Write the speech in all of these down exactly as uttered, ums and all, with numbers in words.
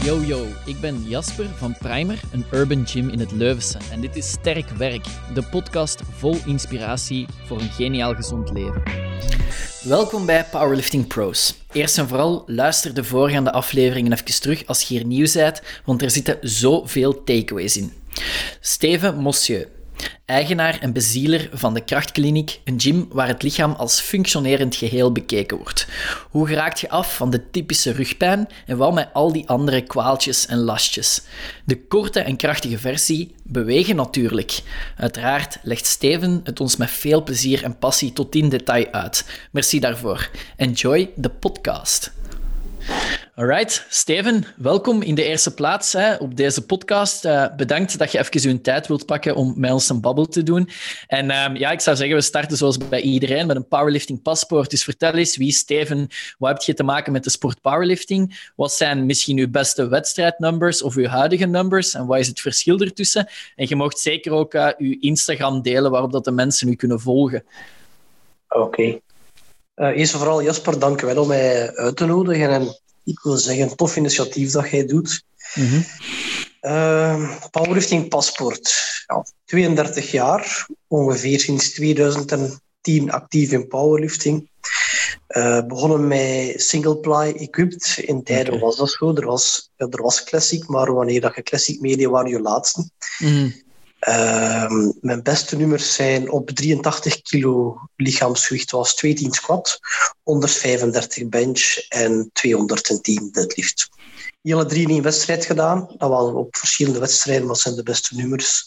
Yo yo, ik ben Jasper van Primer, een urban gym in het Leuvense. En dit is Sterk Werk, de podcast vol inspiratie voor een geniaal gezond leven. Welkom bij Powerlifting Pros. Eerst en vooral, luister de voorgaande afleveringen even terug als je hier nieuw bent, want er zitten zoveel takeaways in. Steven Mossieu, eigenaar en bezieler van de Krachtkliniek, een gym waar het lichaam als functionerend geheel bekeken wordt. Hoe geraakt je af van de typische rugpijn en wat met al die andere kwaaltjes en lastjes? De korte en krachtige versie, bewegen natuurlijk. Uiteraard legt Steven het ons met veel plezier en passie tot in detail uit. Merci daarvoor. Enjoy the podcast. Alright, Steven, welkom in de eerste plaats hè, op deze podcast. Uh, bedankt dat je even je tijd wilt pakken om met ons een babbel te doen. En uh, ja, ik zou zeggen, we starten zoals bij iedereen met een powerlifting paspoort. Dus vertel eens, wie is Steven? Wat heb je te maken met de sport powerlifting? Wat zijn misschien uw beste wedstrijdnumbers of uw huidige numbers? En wat is het verschil ertussen? En je mag zeker ook uh, uw Instagram delen waarop dat de mensen u kunnen volgen. Oké. Okay. Uh, eerst en vooral, Jasper, dank je wel om mij uit te nodigen. En ik wil zeggen, een tof initiatief dat jij doet. Mm-hmm. Uh, powerlifting paspoort. Ja, tweeëndertig jaar, ongeveer sinds tweeduizend tien actief in powerlifting. Uh, begonnen met single-ply equipped. In tijden okay. was dat zo. Er was, ja, er was classic, maar wanneer dat je classic media waren je laatste. Mm-hmm. Uh, mijn beste nummers zijn op drieëntachtig kilo lichaamsgewicht was tweehonderdtien squat, honderdvijfendertig bench en tweehonderdtien deadlift. Die alle drie in één wedstrijd gedaan. Dat waren op verschillende wedstrijden, wat zijn de beste nummers.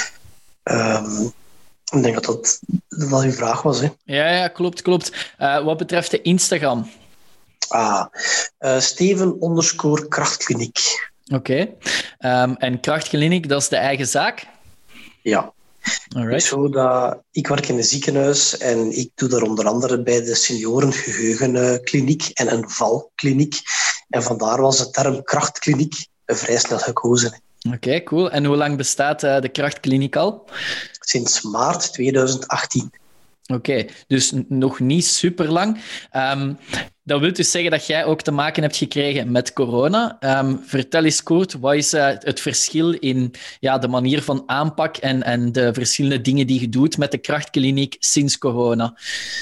Um, ik denk dat dat, dat uw vraag was. Hè? Ja, ja, klopt, klopt. Uh, wat betreft de Instagram? Ah, uh, Steven underscore Krachtkliniek. Oké. Okay. Um, en Krachtkliniek, dat is de eigen zaak? Ja. Alright. Zo dat, ik werk in een ziekenhuis en ik doe daar onder andere bij de seniorengeheugenkliniek en een valkliniek. En vandaar was de term krachtkliniek vrij snel gekozen. Oké, okay, cool. En hoe lang bestaat uh, de krachtkliniek al? Sinds maart tweeduizend achttien. Oké, okay, dus n- nog niet super lang. Um, dat wil dus zeggen dat jij ook te maken hebt gekregen met corona. Um, vertel eens kort, wat is uh, het verschil in ja, de manier van aanpak en, en de verschillende dingen die je doet met de krachtkliniek sinds corona?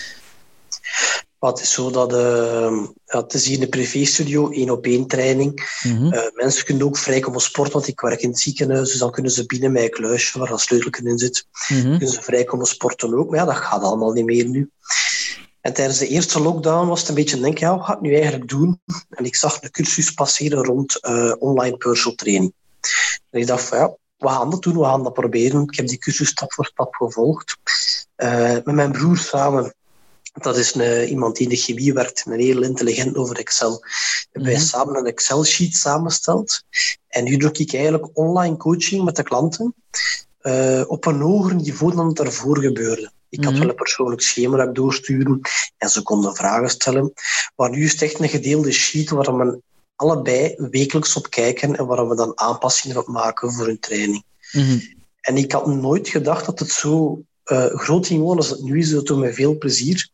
Het is zo dat uh, ja, het is hier in de privéstudio, één op één training. Mm-hmm. Uh, mensen kunnen ook vrij komen sporten, want ik werk in het ziekenhuis, dus dan kunnen ze binnen mijn kluisje, waar dat sleutelken in zit, mm-hmm. kunnen ze vrij komen sporten ook. Maar ja, dat gaat allemaal niet meer nu. En tijdens de eerste lockdown was het een beetje denken, ja, wat ga ik nu eigenlijk doen? En ik zag een cursus passeren rond uh, online personal training. En ik dacht van, ja, we gaan dat doen, we gaan dat proberen. Ik heb die cursus stap voor stap gevolgd. Uh, met mijn broer samen. Dat is een, iemand die in de chemie werkt, een heel intelligent over Excel. Mm-hmm. Hebben wij samen een Excel-sheet samengesteld. En nu doe ik eigenlijk online coaching met de klanten uh, op een hoger niveau dan het daarvoor gebeurde. Ik had mm-hmm. wel een persoonlijk schema dat ik doorsturen en ze konden vragen stellen. Maar nu is het echt een gedeelde sheet waar we allebei wekelijks op kijken en waar we dan aanpassingen op maken voor hun training. Mm-hmm. En ik had nooit gedacht dat het zo uh, groot ging worden als het nu is. Dat doet me veel plezier.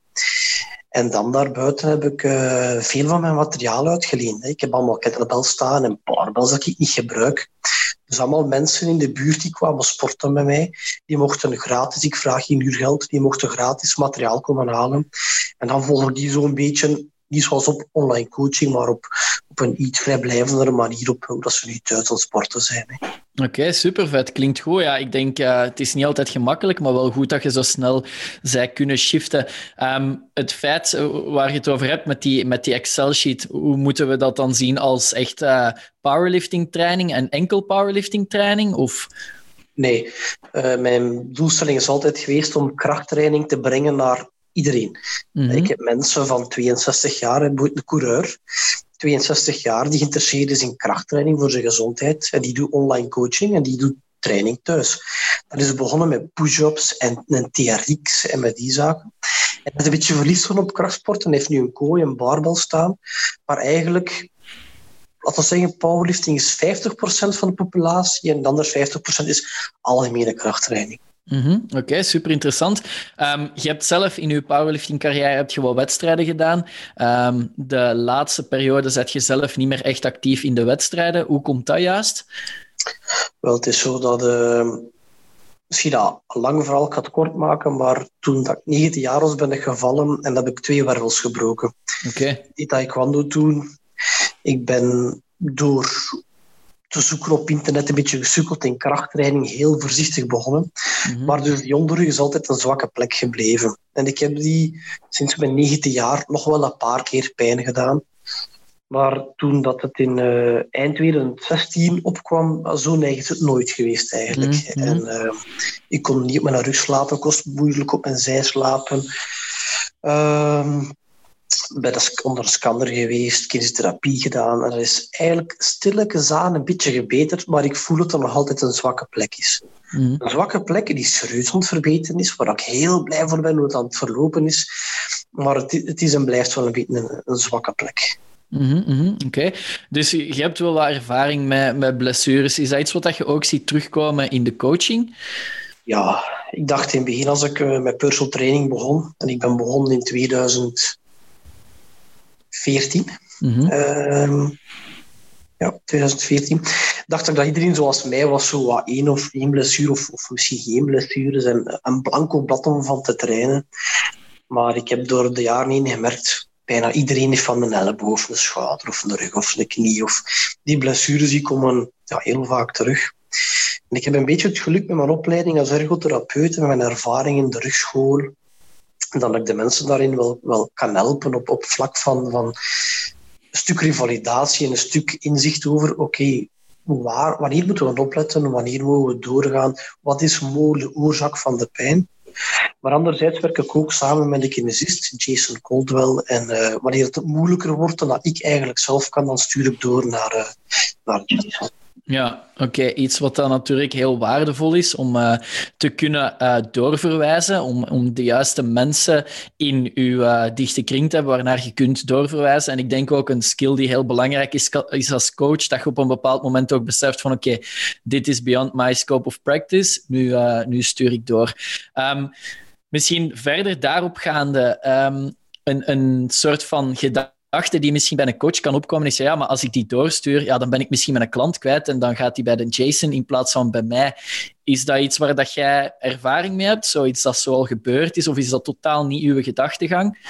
En dan daarbuiten heb ik uh, veel van mijn materiaal uitgeleend. Ik heb allemaal kettlebells staan en barbells dat ik niet gebruik. Dus allemaal mensen in de buurt die kwamen sporten met mij. Die mochten gratis, ik vraag geen uur geld, die mochten gratis materiaal komen halen. En dan volgen die zo'n beetje, niet zoals op online coaching, maar op, op een iets vrijblijvendere manier op hoe dat ze nu thuis aan het sporten zijn. Oké, okay, super vet. Klinkt goed. Ja, ik denk, uh, het is niet altijd gemakkelijk, maar wel goed dat je zo snel zij kunnen shiften. Um, het feit waar je het over hebt met die, met die Excel-sheet, hoe moeten we dat dan zien als echt uh, powerlifting training en enkel powerlifting training? Of... Nee, uh, mijn doelstelling is altijd geweest om krachttraining te brengen naar iedereen. Mm-hmm. Ik heb mensen van tweeënzestig jaar, bijvoorbeeld een coureur, tweeënzestig jaar, die geïnteresseerd is in krachttraining voor zijn gezondheid. En die doet online coaching en die doet training thuis. Dat is begonnen met push-ups en een T R X en met die zaken. En dat is een beetje verliefd van op krachtsport en heeft nu een kooi en barbel staan. Maar eigenlijk, laten we zeggen, powerlifting is vijftig procent van de populatie en de andere vijftig procent is algemene krachttraining. Mm-hmm. Oké, okay, super interessant. Um, je hebt zelf in je powerlifting carrière heb je wel wedstrijden gedaan. Um, de laatste periode zet je zelf niet meer echt actief in de wedstrijden. Hoe komt dat juist? Wel, het is zo dat... Uh, misschien dat een lang verhaal, ik ga het kort maken, maar toen dat ik negentien jaar was, ben ik gevallen en heb ik twee wervels gebroken. Oké. Okay. Die taekwondo toen. Ik ben door te zoeken op internet een beetje gesukkeld in krachttraining, heel voorzichtig begonnen. Mm-hmm. Maar dus die onderrug is altijd een zwakke plek gebleven. En ik heb die sinds mijn negentien jaar nog wel een paar keer pijn gedaan. Maar toen dat het in uh, eind twintig zestien opkwam, zo neig is het nooit geweest eigenlijk. Mm-hmm. En uh, ik kon niet op mijn rug slapen, ik was moeilijk op mijn zij slapen. Uh, ben onder een scanner geweest, kinesiotherapie gedaan. En dat is eigenlijk stilletjes aan een beetje gebeterd, maar ik voel dat er nog altijd een zwakke plek is. Mm-hmm. Een zwakke plek die serieus aan het verbeteren is, waar ik heel blij voor ben hoe het aan het verlopen is. Maar het, het is en blijft wel een beetje een, een zwakke plek. Mm-hmm, mm-hmm, Oké, okay. Dus je hebt wel wat ervaring met, met blessures. Is dat iets wat je ook ziet terugkomen in de coaching? Ja, ik dacht in het begin als ik uh, met personal training begon, en ik ben begonnen in twintig veertien, mm-hmm. uh, ja, twintig veertien, dacht ik dat iedereen zoals mij was, zo wat één of één blessure, of, of misschien geen blessures, en een blanco blad om van te trainen. Maar ik heb door de jaren heen gemerkt, bijna iedereen heeft van een elleboog of een schouder of een rug of een knie. Of die blessures die komen ja, heel vaak terug. En ik heb een beetje het geluk met mijn opleiding als ergotherapeut en mijn ervaring in de rugschool, dat ik de mensen daarin wel, wel kan helpen op, op vlak van, van een stuk revalidatie en een stuk inzicht over, oké, okay, waar, wanneer moeten we opletten, wanneer moeten we doorgaan, wat is mogelijk de oorzaak van de pijn. Maar anderzijds werk ik ook samen met de kinesist, Jason Caldwell. En uh, wanneer het moeilijker wordt dan dat ik eigenlijk zelf kan, dan stuur ik door naar, uh, naar Jason. Ja, oké. Okay. Iets wat dan natuurlijk heel waardevol is om uh, te kunnen uh, doorverwijzen, om, om de juiste mensen in uw uh, dichte kring te hebben waarnaar je kunt doorverwijzen. En ik denk ook een skill die heel belangrijk is, is als coach, dat je op een bepaald moment ook beseft van oké, okay, dit is beyond my scope of practice, nu, uh, nu stuur ik door. Um, misschien verder daarop gaande, um, een, een soort van gedachte die misschien bij een coach kan opkomen, is ja, maar als ik die doorstuur, ja, dan ben ik misschien mijn klant kwijt en dan gaat die bij de Jason in plaats van bij mij. Is dat iets waar dat jij ervaring mee hebt? Zoiets dat zo al gebeurd is? Of is dat totaal niet uw gedachtegang?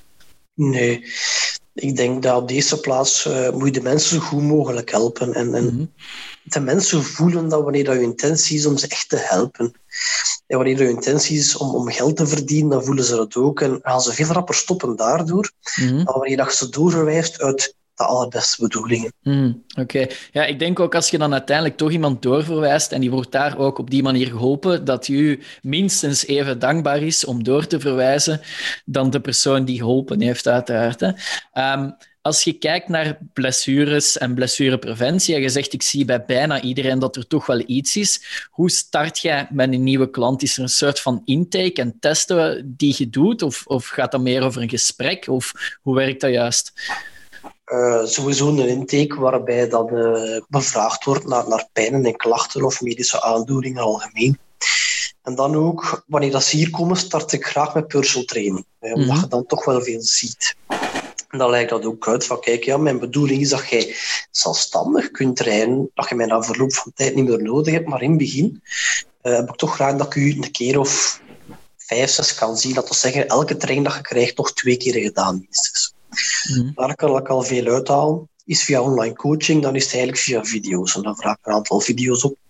Nee. Ik denk dat op deze plaats uh, moet je de mensen zo goed mogelijk helpen. En, en mm-hmm. de mensen voelen dat wanneer dat je intentie is om ze echt te helpen. En wanneer je intentie is om, om geld te verdienen, dan voelen ze dat ook. En gaan ze veel rapper stoppen daardoor. Mm-hmm. Dan wanneer je ze doorverwijst uit de allerbeste bedoelingen. Mm, Oké. Okay. Ja, ik denk ook als je dan uiteindelijk toch iemand doorverwijst en die wordt daar ook op die manier geholpen, dat je u minstens even dankbaar is om door te verwijzen dan de persoon die geholpen heeft, uiteraard. Hè. Um, Als je kijkt naar blessures en blessurepreventie, en je zegt, ik zie bij bijna iedereen dat er toch wel iets is. Hoe start jij met een nieuwe klant? Is er een soort van intake en testen die je doet? Of, of gaat dat meer over een gesprek? Of hoe werkt dat juist? Uh, sowieso een intake waarbij dat uh, bevraagd wordt naar, naar pijnen en klachten of medische aandoeningen algemeen. En dan ook, wanneer dat ze hier komen, start ik graag met personal training. Omdat mm-hmm. je dan toch wel veel ziet. En dan lijkt dat ook uit van, kijk, ja, mijn bedoeling is dat jij zelfstandig kunt trainen, dat je mij na verloop van tijd niet meer nodig hebt, maar in het begin uh, heb ik toch graag dat ik u een keer of vijf, zes kan zien. Dat wil zeggen, elke training dat je krijgt, toch twee keer gedaan minstens. Mm. Daar kan ik al veel uithalen. Is via online coaching, dan is het eigenlijk via video's. En dan vraag ik een aantal video's op.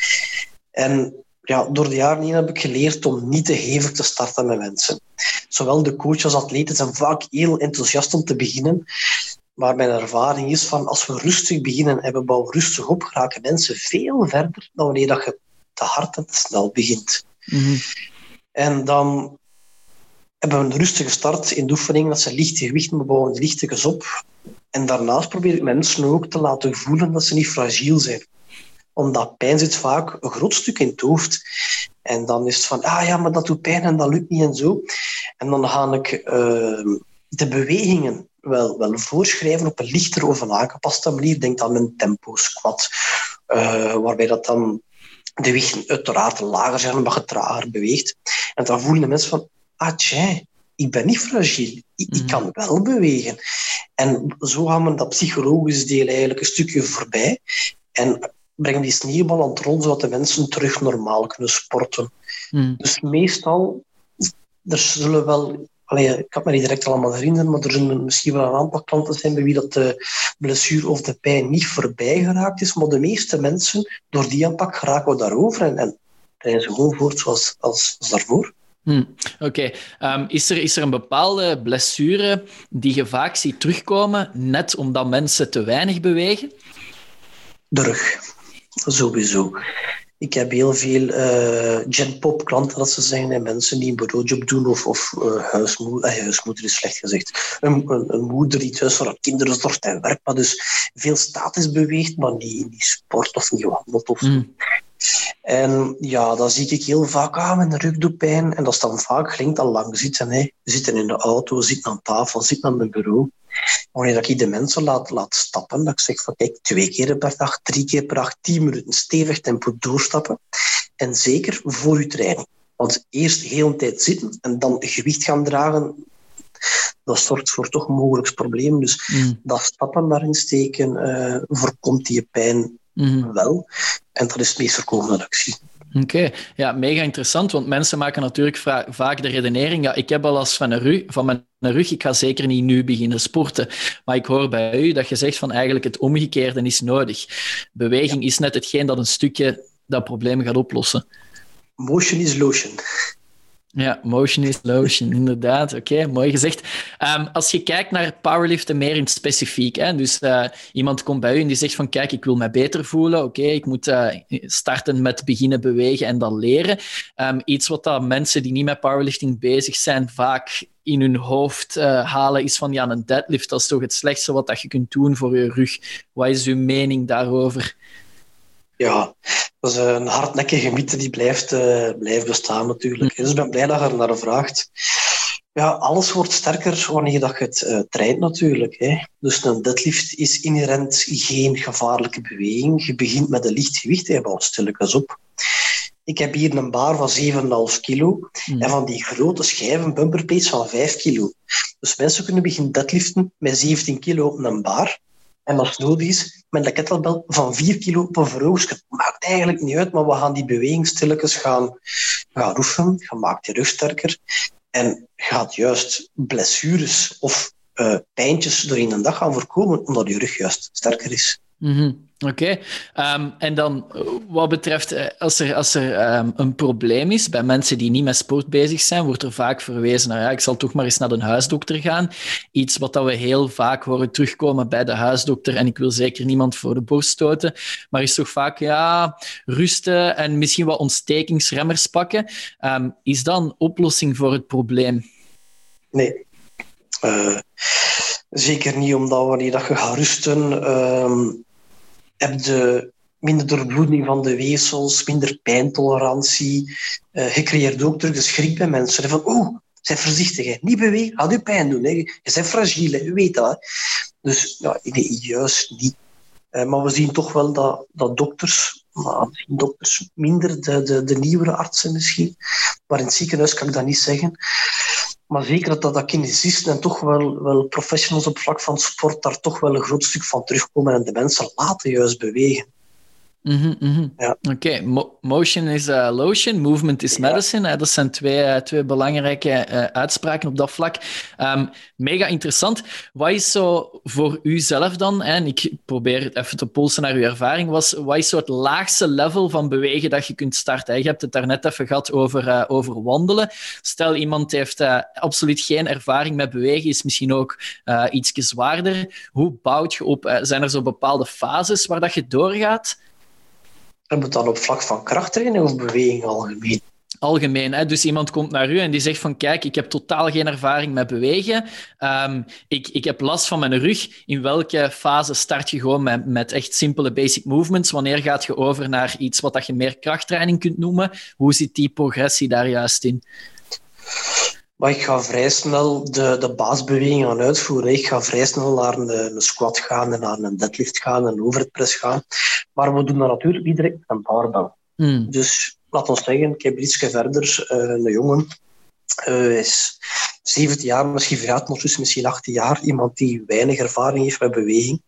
En ja, door de jaren heen heb ik geleerd om niet te hevig te starten met mensen. Zowel de coach als atleten zijn vaak heel enthousiast om te beginnen. Maar mijn ervaring is van als we rustig beginnen en we bouwen rustig op, geraken mensen veel verder dan wanneer dat je te hard en te snel begint. Mm-hmm. En dan hebben we een rustige start in de oefening, dat ze lichte gewichten, we bouwen die lichtjes op. En daarnaast probeer ik mensen ook te laten voelen dat ze niet fragiel zijn. Omdat pijn zit vaak een groot stuk in het hoofd. En dan is het van, ah ja, maar dat doet pijn en dat lukt niet en zo. En dan ga ik uh, de bewegingen wel, wel voorschrijven op een lichter of een aangepaste manier. Denk aan een tempo squat, uh, waarbij dat dan de gewichten uiteraard lager zijn omdat je trager beweegt. En dan voelen de mensen van, ah tja, ik ben niet fragiel, ik, ik kan wel bewegen. En zo gaan we dat psychologische deel eigenlijk een stukje voorbij en brengen die sneeuwbal aan het rollen, zodat de mensen terug normaal kunnen sporten. Mm. Dus meestal, er zullen wel... Allee, ik kan me niet direct allemaal herinneren, maar er zullen misschien wel een aantal klanten zijn bij wie dat de blessure of de pijn niet voorbij geraakt is. Maar de meeste mensen, door die aanpak, geraken we daarover en, en rijden ze gewoon voort zoals als, als daarvoor. Hmm, Oké. Okay. Um, is, er, is er een bepaalde blessure die je vaak ziet terugkomen, net omdat mensen te weinig bewegen? De rug. Sowieso. Ik heb heel veel uh, genpop-klanten, dat ze zeggen, en mensen die een bureaujob doen of, of uh, huismoeder, uh, huismoeder is slecht gezegd. Een, een, een moeder die thuis voor haar kinderen zorgt en werkt, maar dus veel status beweegt, maar niet, niet sport of niet wandelt of zo. Mm. En ja, dan zie ik heel vaak, ah, mijn rug doet pijn. En dat is dan vaak gelinkt aan lang zitten. Hè. Zitten in de auto, zitten aan tafel, zitten aan het bureau. Wanneer ik de mensen laat, laat stappen, dat ik zeg van kijk, twee keer per dag, drie keer per dag, tien minuten stevig tempo doorstappen. En zeker voor je training. Want eerst heel een tijd zitten en dan gewicht gaan dragen, dat zorgt voor toch mogelijk problemen. Dus mm. dat stappen daarin steken uh, voorkomt die pijn mm. wel. En dat is het meest voorkomende actie. Oké, okay. Ja, mega interessant, want mensen maken natuurlijk vra- vaak de redenering, ja, ik heb al last van, een rug, van mijn rug, ik ga zeker niet nu beginnen sporten. Maar ik hoor bij u dat je zegt van eigenlijk het omgekeerde is nodig. Beweging ja. is net hetgeen dat een stukje dat probleem gaat oplossen. Motion is lotion. Ja, motion is lotion, inderdaad. Oké, okay, mooi gezegd. Um, als je kijkt naar powerliften meer in het specifiek, hè, dus uh, iemand komt bij u en die zegt van kijk, ik wil me beter voelen, oké, okay, ik moet uh, starten met beginnen bewegen en dan leren. Um, iets wat dat mensen die niet met powerlifting bezig zijn vaak in hun hoofd uh, halen is van ja, een deadlift, dat is toch het slechtste wat dat je kunt doen voor je rug. Wat is uw mening daarover? Ja, dat is een hardnekkige mythe die blijft, uh, blijft bestaan natuurlijk. Dus ik ben blij dat je er naar vraagt. Ja, alles wordt sterker wanneer dat je het uh, traint natuurlijk. Hè. Dus een deadlift is inherent geen gevaarlijke beweging. Je begint met een licht gewicht, je bouwt stilletjes op. Ik heb hier een bar van zeven komma vijf kilo mm. en van die grote schijven bumperplates van vijf kilo. Dus mensen kunnen beginnen deadliften met zeventien kilo op een bar. En als het nodig is, met een kettlebell van vier kilo op een verhoogd. Maakt eigenlijk niet uit, maar we gaan die beweging stilletjes gaan, gaan oefenen. Je maakt die rug sterker. En gaat juist blessures of uh, pijntjes door in een dag gaan voorkomen, omdat je rug juist sterker is. Mm-hmm. Oké. Okay. Um, en dan wat betreft, als er, als er um, een probleem is bij mensen die niet met sport bezig zijn, wordt er vaak verwezen naar ja, ik zal toch maar eens naar de huisdokter gaan. Iets wat dat we heel vaak horen terugkomen bij de huisdokter, en ik wil zeker niemand voor de borst stoten, maar is toch vaak ja, rusten en misschien wat ontstekingsremmers pakken. Um, is dat een oplossing voor het probleem? Nee. Uh, zeker niet, omdat wanneer dat je gaat rusten, um, heb je minder doorbloeding van de weefsels, minder pijntolerantie. Uh, je creëert ook terug de schrik bij mensen. Van, oeh, zeg voorzichtig, hè. Niet bewegen, gaat je pijn doen. Hè. Je bent fragiel, hè. Je weet dat. Hè. Dus ja, nee, juist niet. Uh, maar we zien toch wel dat, dat dokters, nou, dokters minder, de, de, de nieuwere artsen misschien, maar in het ziekenhuis kan ik dat niet zeggen. Maar zeker dat, dat, dat kinesisten en toch wel, wel professionals op vlak van sport daar toch wel een groot stuk van terugkomen en de mensen laten juist bewegen. Mm-hmm, mm-hmm. Ja. Oké, okay. Mo- motion is uh, lotion, movement is medicine. Ja. Dat zijn twee, uh, twee belangrijke uh, uitspraken op dat vlak. Um, mega interessant. Wat is zo voor u zelf dan, en ik probeer even te polsen naar uw ervaring, was, wat is zo het laagste level van bewegen dat je kunt starten? Je hebt het daarnet even gehad over, uh, over wandelen. Stel, iemand heeft uh, absoluut geen ervaring met bewegen, is misschien ook uh, ietsje zwaarder. Hoe bouwt je op? Uh, zijn er zo bepaalde fases waar dat je doorgaat? En moet dan op vlak van krachttraining of beweging algemeen? Algemeen, hè? Dus iemand komt naar u en die zegt van kijk, ik heb totaal geen ervaring met bewegen. Um, ik, ik heb last van mijn rug. In welke fase start je gewoon met, met echt simpele basic movements? Wanneer gaat je over naar iets wat je meer krachttraining kunt noemen? Hoe zit die progressie daar juist in? Maar ik ga vrij snel de, de basisbewegingen uitvoeren. Ik ga vrij snel naar een, een squat gaan en naar een deadlift gaan en een overhead press gaan. Maar we doen dat natuurlijk niet direct met een barbell. Mm. Dus laat ons zeggen, ik heb iets verder, uh, een jongen uh, is zeventien jaar, misschien verjaard ondertussen, misschien achttien jaar. Iemand die weinig ervaring heeft met beweging.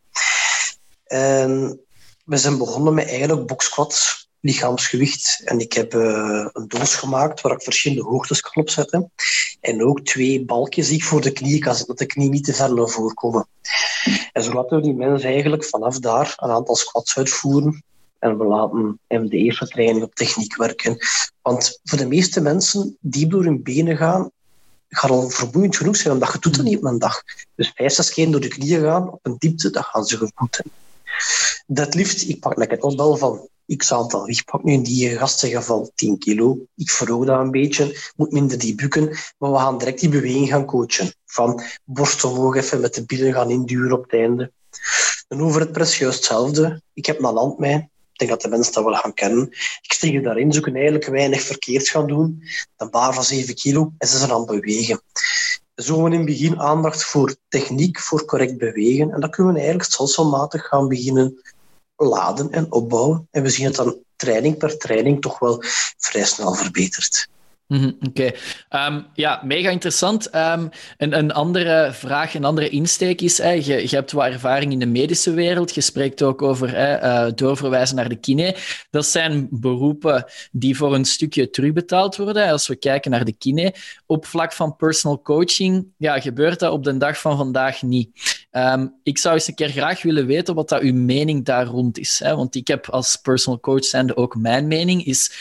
En we zijn begonnen met eigenlijk boxsquats, lichaamsgewicht. En ik heb uh, een doos gemaakt waar ik verschillende hoogtes kan opzetten. En ook twee balkjes die ik voor de knieën kan zetten, dat de knie niet te ver naar voren komen. En zo laten we die mensen eigenlijk vanaf daar een aantal squats uitvoeren. En we laten hem de eerste training op techniek werken. Want voor de meeste mensen die door hun benen gaan, gaat al vermoeiend genoeg zijn, omdat je doet dat niet op een dag. Dus vijf, zes keer door de knieën gaan, op een diepte, dat gaan ze goed. Deadlift, ik pak lekker het bel van x aantal. Ik pak nu die gast zeggen van tien kilo. Ik verhoog dat een beetje, moet minder die bukken. Maar we gaan direct die beweging gaan coachen. Van borst omhoog even met de billen gaan induwen op het einde. En over het press juist hetzelfde. Ik heb een landmijn. Ik denk dat de mensen dat wel gaan kennen. Ik steeg daarin, ze kunnen eigenlijk weinig verkeerd gaan doen. Een baar van zeven kilo en ze zijn aan het bewegen. Zo hebben we in het begin aandacht voor techniek, voor correct bewegen. En dat kunnen we eigenlijk stelselmatig gaan beginnen laden en opbouwen. En we zien dat dan training per training toch wel vrij snel verbetert. Mm-hmm, Oké. Okay. Um, ja, mega interessant. Um, een, een andere vraag, een andere insteek is, hè, je, je hebt wat ervaring in de medische wereld, je spreekt ook over hè, uh, doorverwijzen naar de kine. Dat zijn beroepen die voor een stukje terugbetaald worden. Als we kijken naar de kine, op vlak van personal coaching, ja, gebeurt dat op de dag van vandaag niet. Um, ik zou eens een keer graag willen weten wat dat uw mening daar rond is. Hè? Want ik heb als personal coach zijnde ook mijn mening, is...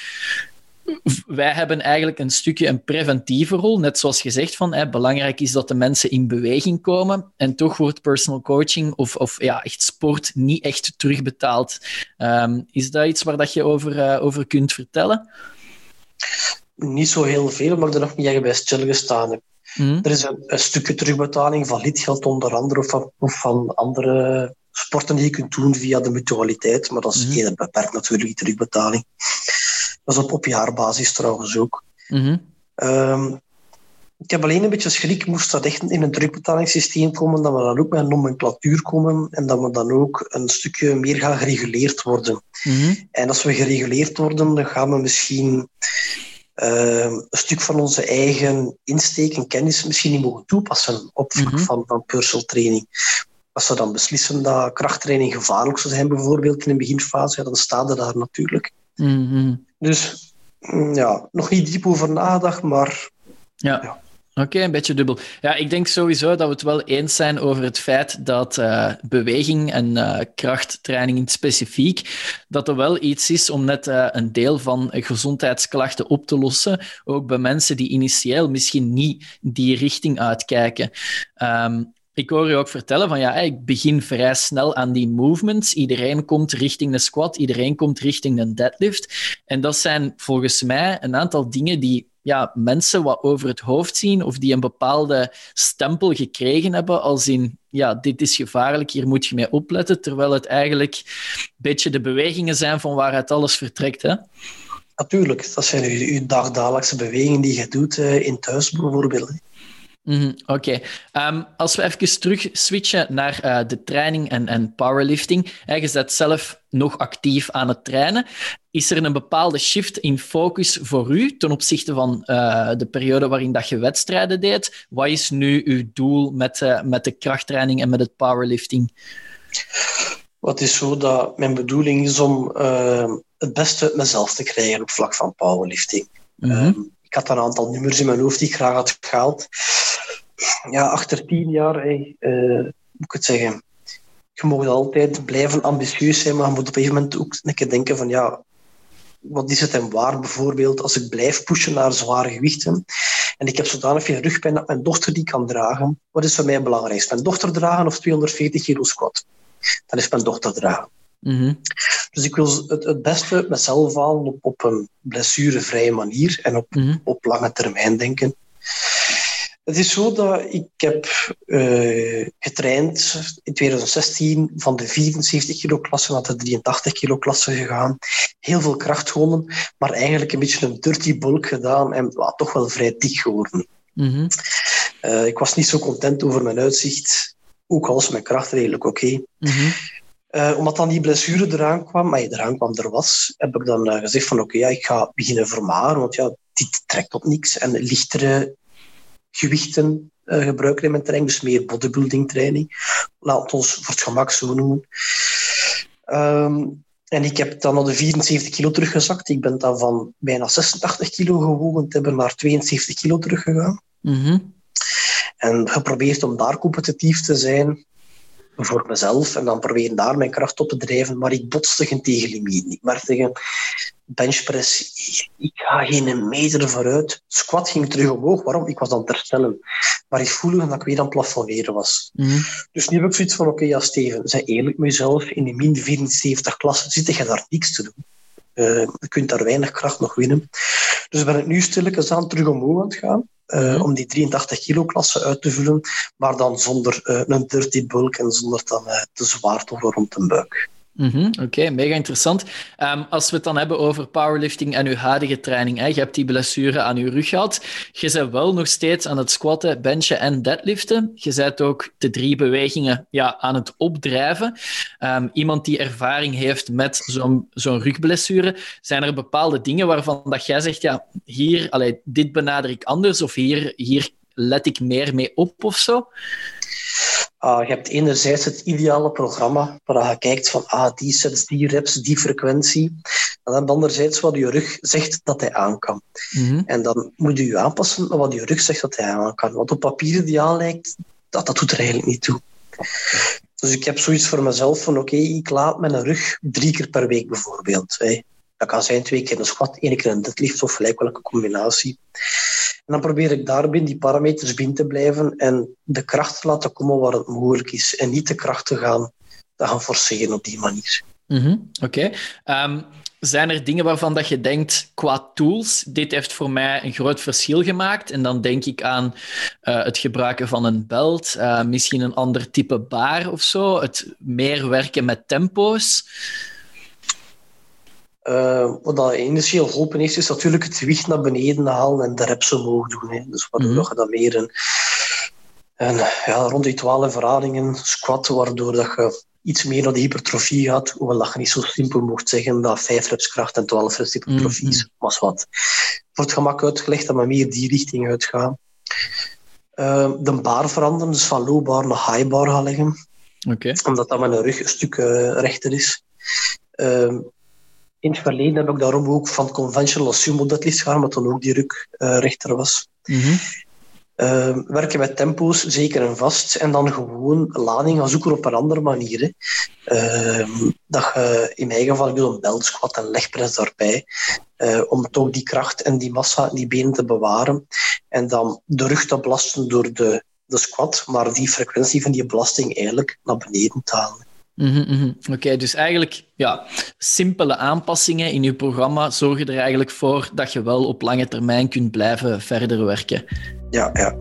Wij hebben eigenlijk een stukje een preventieve rol, net zoals gezegd van, hè, belangrijk is dat de mensen in beweging komen en toch wordt personal coaching of, of ja, echt sport niet echt terugbetaald. Um, is dat iets waar dat je over, uh, over kunt vertellen? Niet zo heel veel, maar ik er nog niet echt bij stilgestaan heb. Mm. Er is een, een stukje terugbetaling van lidgeld onder andere of van, of van andere sporten die je kunt doen via de mutualiteit, maar dat is mm-hmm. heel beperkt natuurlijk, die terugbetaling. Dat is op, op jaarbasis trouwens ook. Mm-hmm. Um, ik heb alleen een beetje schrik, moest dat echt in een terugbetalingssysteem komen, dat we dan ook met een nomenclatuur komen en dat we dan ook een stukje meer gaan gereguleerd worden. Mm-hmm. En als we gereguleerd worden, dan gaan we misschien uh, een stuk van onze eigen insteek en kennis misschien niet mogen toepassen op vlak mm-hmm. van, van personal training. Als we dan beslissen dat krachttraining gevaarlijk zou zijn, bijvoorbeeld in de beginfase, ja, dan staat er daar natuurlijk. Mm-hmm. Dus ja, nog niet diep over nagedacht, maar... Ja, ja. Oké, okay, een beetje dubbel. Ja, ik denk sowieso dat we het wel eens zijn over het feit dat uh, beweging en uh, krachttraining in het specifiek, dat er wel iets is om net uh, een deel van gezondheidsklachten op te lossen, ook bij mensen die initieel misschien niet die richting uitkijken. Um, Ik hoor je ook vertellen van ja, ik begin vrij snel aan die movements. Iedereen komt richting een squat, iedereen komt richting een deadlift. En dat zijn volgens mij een aantal dingen die ja, mensen wat over het hoofd zien of die een bepaalde stempel gekregen hebben als in, ja, dit is gevaarlijk, hier moet je mee opletten, terwijl het eigenlijk een beetje de bewegingen zijn van waaruit alles vertrekt, hè? Natuurlijk, dat zijn je, je dagdagelijkse bewegingen die je doet uh, in thuis bijvoorbeeld. Mm, Oké. Okay. Um, als we even terug switchen naar uh, de training en, en powerlifting. Hè, je bent zelf nog actief aan het trainen. Is er een bepaalde shift in focus voor u ten opzichte van uh, de periode waarin dat je wedstrijden deed? Wat is nu uw doel met, uh, met de krachttraining en met het powerlifting? Het is zo dat mijn bedoeling is om uh, het beste uit mezelf te krijgen op vlak van powerlifting. Mm-hmm. Um, ik had een aantal nummers in mijn hoofd die ik graag had gehaald. Ja, achter tien jaar, hey, uh, moet ik het zeggen, je mag altijd blijven ambitieus zijn, maar je moet op een gegeven moment ook een keer denken van, ja, wat is het en waar bijvoorbeeld als ik blijf pushen naar zware gewichten en ik heb zodanig veel rugpijn dat mijn dochter die kan dragen. Wat is voor mij belangrijk? Mijn dochter dragen of tweehonderdveertig kilo squat? Dan is mijn dochter dragen. Mm-hmm. Dus ik wil het, het beste mezelf halen op, op een blessurevrije manier en op, mm-hmm. op lange termijn denken. Het is zo dat ik heb uh, getraind in twintig zestien van de vierenzeventig kilo klasse naar de drieëntachtig kilo klasse gegaan. Heel veel kracht gewonnen, maar eigenlijk een beetje een dirty bulk gedaan en well, toch wel vrij dik geworden. Mm-hmm. Uh, ik was niet zo content over mijn uitzicht, ook al was mijn kracht redelijk oké. Okay. Mm-hmm. Uh, omdat dan die blessure eraan kwam, maar eraan kwam, er was, heb ik dan uh, gezegd van oké, okay, ja, ik ga beginnen vermageren, want ja, dit trekt op niks. En lichtere gewichten uh, gebruiken in mijn training, dus meer bodybuilding training. Laat het ons voor het gemak zo noemen. Um, en ik heb dan naar de vierenzeventig kilo teruggezakt. Ik ben dan van bijna zesentachtig kilo gewogen te hebben naar tweeënzeventig kilo teruggegaan. Mm-hmm. En geprobeerd om daar competitief te zijn voor mezelf en dan proberen daar mijn kracht op te drijven, maar ik botste geen tegenlimiet. Ik merkte tegen benchpress, ik, ik ga geen meter vooruit. Squat ging terug omhoog. Waarom? Ik was aan het herstellen. Maar ik voelde dat ik weer aan het plafonneren was. Mm-hmm. Dus nu heb ik zoiets van, oké, okay, ja Steven, zeg eerlijk met jezelf, in de min vierenzeventig klasse zit je daar niks te doen. Uh, je kunt daar weinig kracht nog winnen. Dus ben ik nu stilletjes aan terug omhoog aan het gaan. Uh, mm-hmm. Om die drieëntachtig kilo klasse uit te vullen, maar dan zonder uh, een dirty bulk en zonder dan uh, te zwaar te worden rond de buik. Mm-hmm, Oké, okay, mega interessant. Um, als we het dan hebben over powerlifting en uw huidige training, hè, je hebt die blessure aan je rug gehad. Je bent wel nog steeds aan het squatten, benchen en deadliften. Je bent ook de drie bewegingen ja, aan het opdrijven. Um, iemand die ervaring heeft met zo'n, zo'n rugblessure, zijn er bepaalde dingen waarvan dat jij zegt, ja, hier, allee, dit benader ik anders of hier, hier let ik meer mee op of zo? Uh, je hebt enerzijds het ideale programma waar je kijkt van ah, die sets, die reps, die frequentie. En dan anderzijds wat je rug zegt dat hij aan kan. Mm-hmm. En dan moet je je aanpassen naar wat je rug zegt dat hij aan kan. Wat op papier ideaal lijkt, dat, dat doet er eigenlijk niet toe. Dus ik heb zoiets voor mezelf van oké, okay, ik laat mijn rug drie keer per week bijvoorbeeld. Hey. Dat kan zijn twee keer een squat, één keer een deadlift of gelijk welke combinatie. En dan probeer ik daar binnen die parameters binnen te blijven en de kracht te laten komen waar het mogelijk is. En niet de kracht te gaan, te gaan forceren op die manier. Mm-hmm. Oké. Okay. Um, zijn er dingen waarvan dat je denkt, qua tools, dit heeft voor mij een groot verschil gemaakt? En dan denk ik aan uh, het gebruiken van een belt, uh, misschien een ander type baar of zo, het meer werken met tempo's. Uh, wat dat initieel geholpen heeft, is natuurlijk het gewicht naar beneden halen en de reps omhoog doen. Hè. Dus waardoor mm-hmm. je dan meer een, een ja, rond die twaalf herhalingen squat, waardoor dat je iets meer naar de hypertrofie gaat, hoewel dat je niet zo simpel mocht zeggen dat vijf reps kracht en twaalf reps hypertrofie is. Mm-hmm. Maar wat. Voor het gemak uitgelegd dat we meer die richting uitgaan. Uh, de bar veranderen, dus van low bar naar high bar gaan leggen. Okay. Omdat dat mijn rug een stuk uh, rechter is. Uh, In het verleden heb ik daarom ook van conventional sumo deadlifts gaan, omdat dan ook die rug uh, rechter was. Mm-hmm. Uh, werken met tempo's, zeker en vast. En dan gewoon lading gaan zoeken op een andere manier. Uh, dat je in mijn eigen geval wil een belt squat en legpress daarbij. Uh, om toch die kracht en die massa in die benen te bewaren. En dan de rug te belasten door de, de squat, maar die frequentie van die belasting eigenlijk naar beneden te halen. Mm-hmm, mm-hmm. Oké, okay, dus eigenlijk ja, simpele aanpassingen in je programma zorgen er eigenlijk voor dat je wel op lange termijn kunt blijven verder werken. Ja, ja.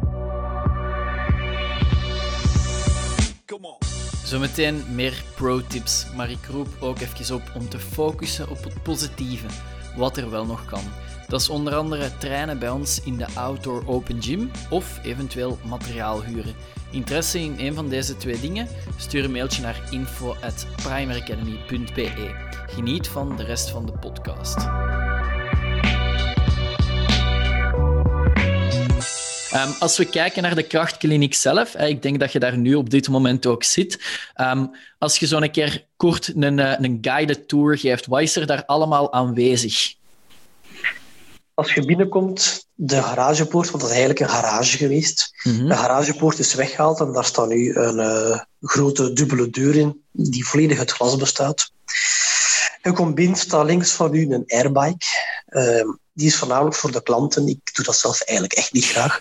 Zometeen meer pro-tips, maar ik roep ook even op om te focussen op het positieve, wat er wel nog kan. Dat is onder andere trainen bij ons in de Outdoor Open Gym of eventueel materiaal huren. Interesse in een van deze twee dingen? Stuur een mailtje naar info at primeracademy punt b e. Geniet van de rest van de podcast. Um, als we kijken naar de krachtkliniek zelf, hè, ik denk dat je daar nu op dit moment ook zit. Um, als je zo een keer kort een, een guided tour geeft, wat is er daar allemaal aanwezig? Als je binnenkomt, de garagepoort, want dat is eigenlijk een garage geweest. Mm-hmm. De garagepoort is weggehaald en daar staat nu een uh, grote dubbele deur in, die volledig uit glas bestaat. Je komt binnen, staat links van u een airbike. Uh, die is voornamelijk voor de klanten. Ik doe dat zelf eigenlijk echt niet graag.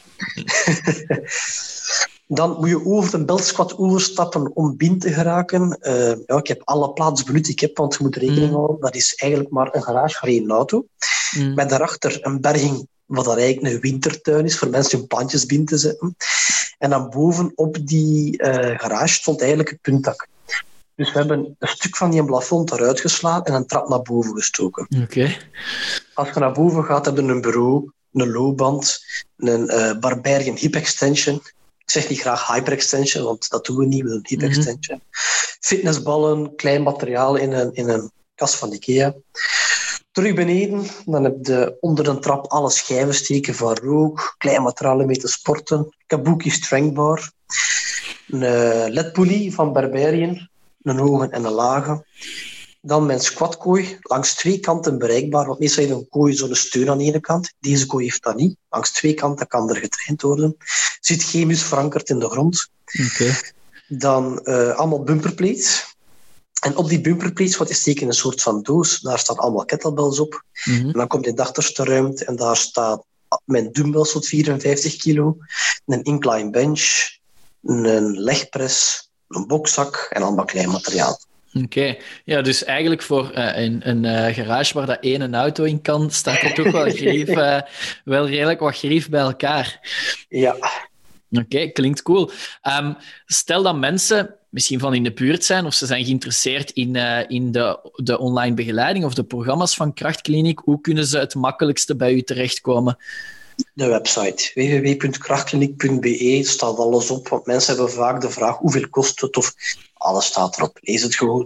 Dan moet je over de beltsquat overstappen om binnen te geraken. Uh, ja, ik heb alle plaats benut ik heb, want je moet rekening mm. houden. Dat is eigenlijk maar een garage voor één auto. Mm. Met daarachter een berging, wat dat eigenlijk een wintertuin is, voor mensen hun plantjes binnen te zetten. En dan bovenop die uh, garage stond eigenlijk het puntdak. Dus we hebben een stuk van die plafond eruit geslagen en een trap naar boven gestoken. Okay. Als je naar boven gaat, hebben we een bureau, een loopband, een uh, Barbarian hip extension. Ik zeg niet graag hyperextension, want dat doen we niet, we doen hip extension. Mm-hmm. fitnessballen, klein materiaal in een, in een kast van Ikea. Terug beneden, dan heb je onder de trap alle schijven steken van rook, klein materiaal mee te sporten, Kabuki Strength Bar, een L E D-poelie van Barbarian, een hoge en een lage. Dan mijn squatkooi, langs twee kanten bereikbaar, want meestal heeft een kooi zo'n steun aan de ene kant. Deze kooi heeft dat niet. Langs twee kanten kan er getraind worden. Zit chemisch verankerd in de grond. Okay. Dan uh, allemaal bumperplates. En op die bumperplates, wat is steken een soort van doos, daar staan allemaal kettlebells op. Mm-hmm. En dan komt in de achterste ruimte en daar staat mijn dumbbells tot vierenvijftig kilo, een incline bench, een legpress, een bokzak en allemaal klein materiaal. Oké, okay. Ja, dus eigenlijk voor uh, een, een uh, garage waar dat één auto in kan, staat er toch wel, grief, uh, wel redelijk wat grief bij elkaar. Ja. Oké, okay, klinkt cool. Um, stel dat mensen misschien van in de buurt zijn of ze zijn geïnteresseerd in, uh, in de, de online begeleiding of de programma's van Krachtkliniek, hoe kunnen ze het makkelijkste bij u terechtkomen? De website w w w punt krachtkliniek punt b e staat alles op, want mensen hebben vaak de vraag hoeveel kost het of alles staat erop, lees het gewoon.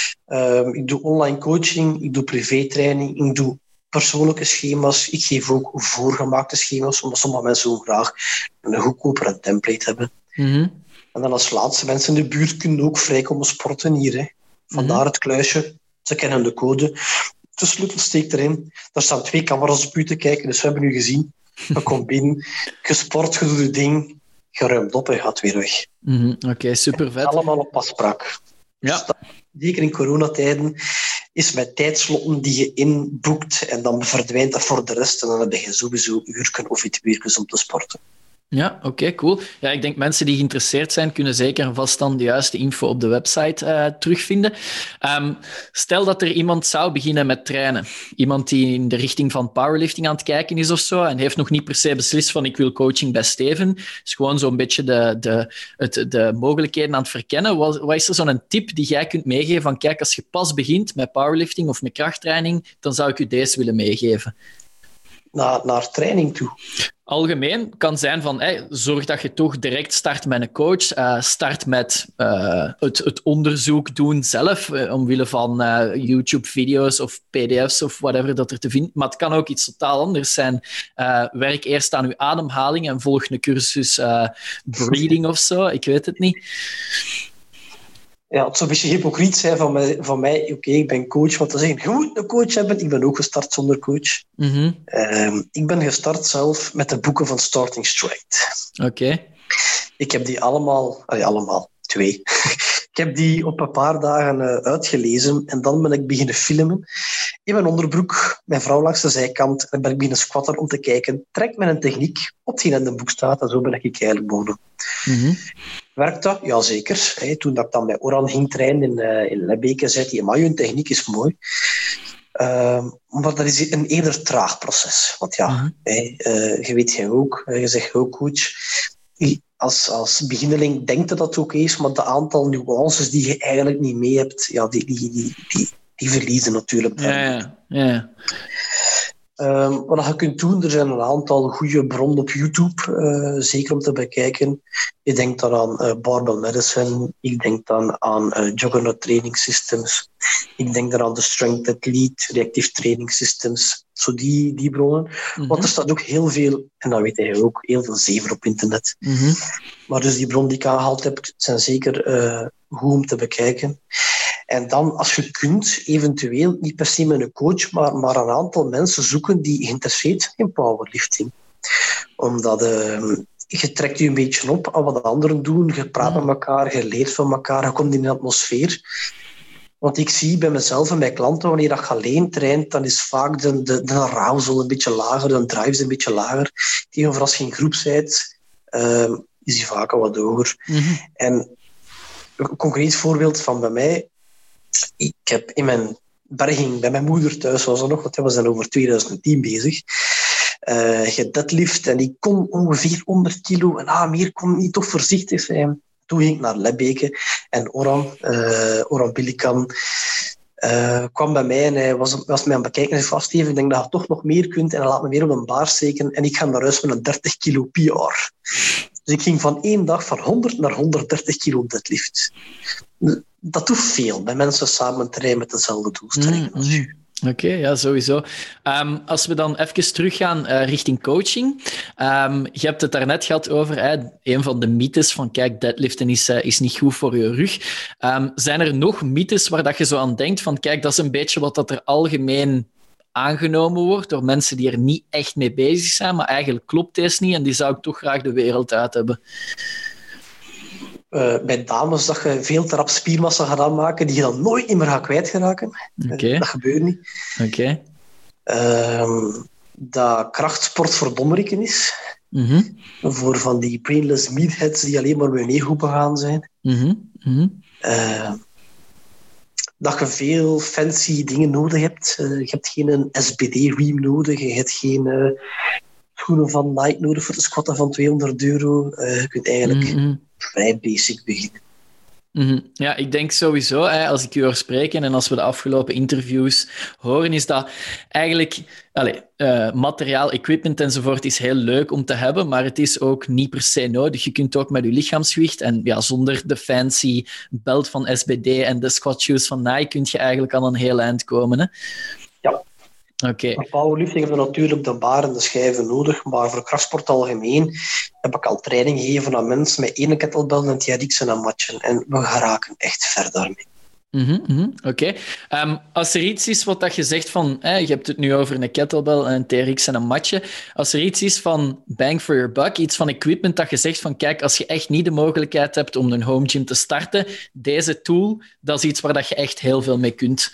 Um, ik doe online coaching, ik doe privétraining, ik doe persoonlijke schema's, ik geef ook voorgemaakte schema's, omdat sommige mensen ook graag een goedkoper een template hebben. Mm-hmm. En dan als laatste, mensen in de buurt kunnen ook vrij komen sporten hier. Hè. Vandaar mm-hmm. het kluisje, ze kennen de code. De sleutel steekt erin, daar staan twee camera's op u te kijken, dus we hebben u gezien. Je komt binnen, je sport, je doet je ding, je ruimt op en gaat weer weg. Mm-hmm. Oké, okay, super vet. Allemaal op afspraak. Ja. Zeker in coronatijden is met tijdslotten die je inboekt en dan verdwijnt dat voor de rest en dan heb je sowieso uurken of iets weertjes om te sporten. Ja, oké, okay, cool. Ja, ik denk mensen die geïnteresseerd zijn, kunnen zeker en vast dan de juiste info op de website uh, terugvinden. Um, stel dat er iemand zou beginnen met trainen. Iemand die in de richting van powerlifting aan het kijken is of zo en heeft nog niet per se beslist van ik wil coaching bij Steven. Is gewoon zo'n beetje de, de, het, de mogelijkheden aan het verkennen. Wat, wat is er zo'n tip die jij kunt meegeven van kijk, als je pas begint met powerlifting of met krachttraining, dan zou ik u deze willen meegeven. Naar, naar training toe. Algemeen kan zijn van hey, zorg dat je toch direct start met een coach. Uh, start met uh, het, het onderzoek doen zelf, uh, omwille van uh, YouTube-video's of P D F's of whatever dat er te vinden. Maar het kan ook iets totaal anders zijn. Uh, werk eerst aan je ademhaling en volg een cursus uh, breathing of zo. Ik weet het niet. Ja, het zou een beetje hypocriet zijn van mij. Van mij Oké, okay, ik ben coach, want te zeggen, je moet een coach hebben. Ik ben ook gestart zonder coach. Mm-hmm. Um, ik ben gestart zelf met de boeken van Starting Strength. Oké. Okay. Ik heb die allemaal... Allee, allemaal. Twee. Ik heb die op een paar dagen uh, uitgelezen en dan ben ik beginnen filmen. In mijn onderbroek, mijn vrouw langs de zijkant, en ben ik beginnen squatten om te kijken. Trek met een techniek op die in het boek staat en zo ben ik eigenlijk begonnen. Mm-hmm. Werkt dat? Jazeker. Hey, toen dat ik dan bij Oran ging trainen in, uh, in Lebbeke, zei hij, maar je techniek is mooi. Uh, maar dat is een eerder traag proces. Want ja, mm-hmm. hey, uh, je weet jij ook, uh, je zegt ook coach, als, als beginneling denkt dat dat ook is, maar de aantal nuances die je eigenlijk niet mee hebt, ja, die, die, die, die, die verliezen natuurlijk. Ja, ja, ja. Um, wat je kunt doen, er zijn een aantal goede bronnen op YouTube, uh, zeker om te bekijken. Ik denk dan aan uh, Barbell Medicine, ik denk dan aan uh, Juggernaut Training Systems, ik denk dan aan de Strength Athlete, Reactive Training Systems, zo die, die bronnen. Mm-hmm. Want er staat ook heel veel, en dat weet je ook, heel veel zever op internet. Mm-hmm. Maar dus die bronnen die ik aangehaald heb, zijn zeker uh, goed om te bekijken. En dan, als je kunt, eventueel, niet per se met een coach, maar, maar een aantal mensen zoeken die geïnteresseerd zijn in powerlifting. Omdat uh, je trekt je een beetje op aan wat de anderen doen, je praat met elkaar, je leert van elkaar, je komt in een atmosfeer. Want ik zie bij mezelf en bij klanten, wanneer je alleen traint, dan is vaak de, de, de arousal een beetje lager, de drive is een beetje lager. Tegenover als je in groep bent, uh, is die vaak al wat hoger. Mm-hmm. En een concreet voorbeeld van bij mij, ik heb in mijn berging bij mijn moeder thuis, was er nog, want we zijn over twintig tien bezig, uh, gedeadlift en ik kon ongeveer honderd kilo en ah, meer kon niet, toch voorzichtig zijn. Toen ging ik naar Lebbeke en Oran, uh, Oran Pelikan, uh, kwam bij mij en hij was, was mij aan het bekijken en zei vast even, ik denk dat je toch nog meer kunt en hij laat me weer op een baar steken en ik ga naar huis met een dertig kilo P R. Dus ik ging van één dag van honderd naar honderddertig kilo deadlift. Dat doet veel, bij mensen samen trainen met dezelfde doelstellingen als u. Oké, okay, ja, sowieso. Um, als we dan even teruggaan uh, richting coaching. Um, je hebt het daarnet gehad over hè, een van de mythes van kijk, deadliften is, uh, is niet goed voor je rug. Um, zijn er nog mythes waar dat je zo aan denkt van kijk, dat is een beetje wat dat er algemeen aangenomen wordt door mensen die er niet echt mee bezig zijn, maar eigenlijk klopt deze niet en die zou ik toch graag de wereld uit hebben? Uh, bij dames dat je veel te rap spiermassa gaat aanmaken die je dan nooit meer gaat kwijtgeraken. Okay. Uh, dat gebeurt niet. Okay. Uh, dat krachtsport voor dommeriken is. Mm-hmm. Voor van die brainless meatheads die alleen maar met hun ego begaan zijn. Mm-hmm. Mm-hmm. Uh, dat je veel fancy dingen nodig hebt. Uh, je hebt geen S B D-riem nodig. Je hebt geen uh, schoenen van Nike nodig voor de squatten van tweehonderd euro. Uh, je kunt eigenlijk mm-hmm. vrij basic beginnen. Mm-hmm. Ja, ik denk sowieso, hè, als ik u hoor spreken en als we de afgelopen interviews horen, is dat eigenlijk allez, uh, materiaal, equipment enzovoort is heel leuk om te hebben, maar het is ook niet per se nodig. Je kunt ook met je lichaamsgewicht en ja, zonder de fancy belt van S B D en de squat shoes van Nike kun je eigenlijk aan een heel eind komen. Hè? Ja. Okay. Voor powerlifting hebben we natuurlijk de bar en de schijven nodig, maar voor krachtsport algemeen heb ik al training gegeven aan mensen met één kettlebell en T R X en een matchen. En we geraken echt ver daarmee. Mm-hmm, mm-hmm. Oké. Okay. Um, als er iets is wat dat je zegt van, eh, je hebt het nu over een kettlebell en een T R X en een matje. Als er iets is van bang for your buck, iets van equipment dat je zegt van, kijk, als je echt niet de mogelijkheid hebt om een home gym te starten, deze tool, dat is iets waar dat je echt heel veel mee kunt.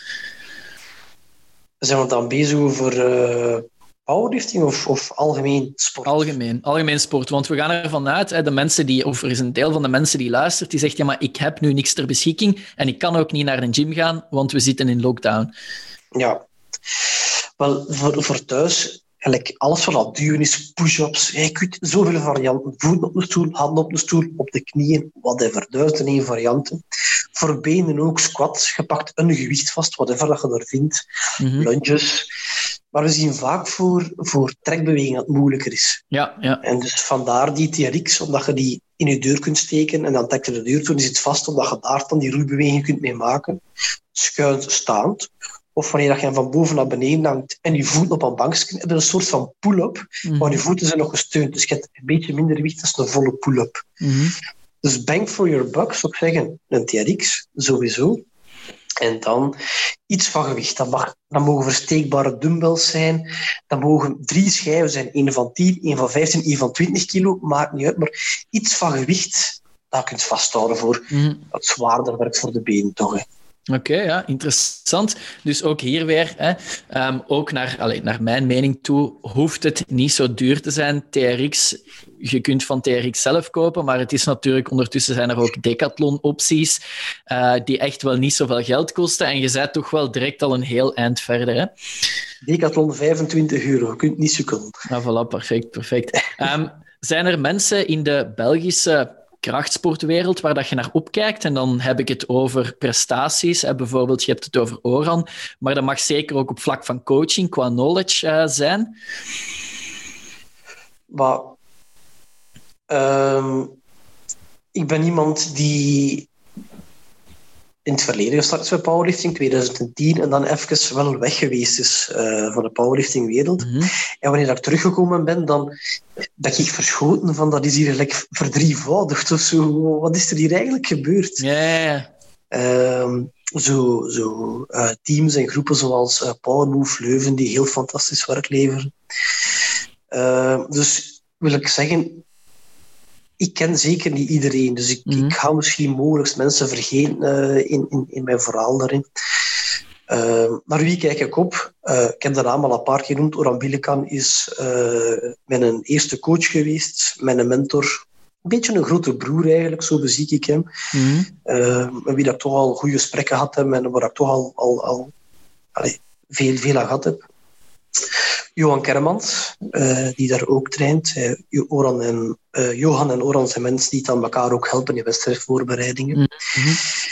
Zijn we dan bezig over uh, powerlifting of, of algemeen sport? Algemeen, algemeen sport. Want we gaan ervan uit, hè, de mensen die, of er is een deel van de mensen die luistert, die zegt, ja, maar ik heb nu niks ter beschikking en ik kan ook niet naar een gym gaan, want we zitten in lockdown. Ja. Wel, voor, voor thuis, eigenlijk alles wat dat duwen is, push-ups, je kunt zoveel varianten. Voeten op de stoel, handen op de stoel, op de knieën, whatever. Duizend en één varianten. Voor benen ook squats. Je pakt een gewicht vast, whatever dat je er vindt. Mm-hmm. Lunges. Maar we zien vaak voor, voor trekbewegingen dat het moeilijker is. Ja, ja. En dus vandaar die T R X, omdat je die in je deur kunt steken en dan trekt je de deur toe en die zit vast, omdat je daar dan die roeibewegingen kunt mee maken. Schuin staand. Of wanneer je van boven naar beneden hangt en je voeten op een bankje, heb je een soort van pull-up, mm-hmm. maar je voeten zijn nog gesteund. Dus je hebt een beetje minder gewicht dan een volle pull-up. Mm-hmm. Dus bang for your buck, zou ik zeggen, een T R X, sowieso. En dan iets van gewicht. Dat, mag, dat mogen versteekbare dumbbells zijn. Dat mogen drie schijven zijn. één van tien, één van vijftien, één van twintig kilo. Maakt niet uit, maar iets van gewicht, dat je kunt vasthouden voor mm. wat zwaarder werkt voor de benen, toch? Hè. Oké, okay, ja, interessant. Dus ook hier weer, hè, um, ook naar, allez, naar mijn mening toe, hoeft het niet zo duur te zijn. T R X, je kunt van T R X zelf kopen, maar het is natuurlijk, ondertussen zijn er ook Decathlon-opties uh, die echt wel niet zoveel geld kosten en je bent toch wel direct al een heel eind verder. Hè? Decathlon vijfentwintig euro, je kunt niet zoeken. Ah, voilà, perfect, perfect. Um, zijn er mensen in de Belgische krachtsportwereld waar dat je naar opkijkt, en dan heb ik het over prestaties, hè, bijvoorbeeld je hebt het over Oran, maar dat mag zeker ook op vlak van coaching qua knowledge uh, zijn? Maar, um, ik ben iemand die in het verleden gestart is met powerlifting, twintig tien, en dan even wel weg geweest is uh, van de powerliftingwereld. Mm-hmm. En wanneer ik teruggekomen ben, dan ben ik verschoten van dat is hier gelijk verdrievoudigd of zo. Wat is er hier eigenlijk gebeurd? Yeah. Um, zo zo uh, teams en groepen zoals uh, Powermove Leuven, die heel fantastisch werk leveren. Uh, dus wil ik zeggen, ik ken zeker niet iedereen, dus ik, mm-hmm. ik ga misschien mogelijk mensen vergeten uh, in, in, in mijn verhaal daarin. Uh, naar wie kijk ik op? Uh, ik heb de naam al een paar keer genoemd. Oran Bilekan is uh, mijn eerste coach geweest, mijn mentor. Een beetje een grote broer eigenlijk, zo bezie ik hem. Mm-hmm. Uh, met wie ik toch al goede gesprekken had heb en waar ik toch al, al, al allez, veel, veel aan gehad heb. Johan Kermans, uh, die daar ook traint. Uh, Oran en, uh, Johan en Oran zijn mensen die het aan elkaar ook helpen in wedstrijdvoorbereidingen. Mm-hmm.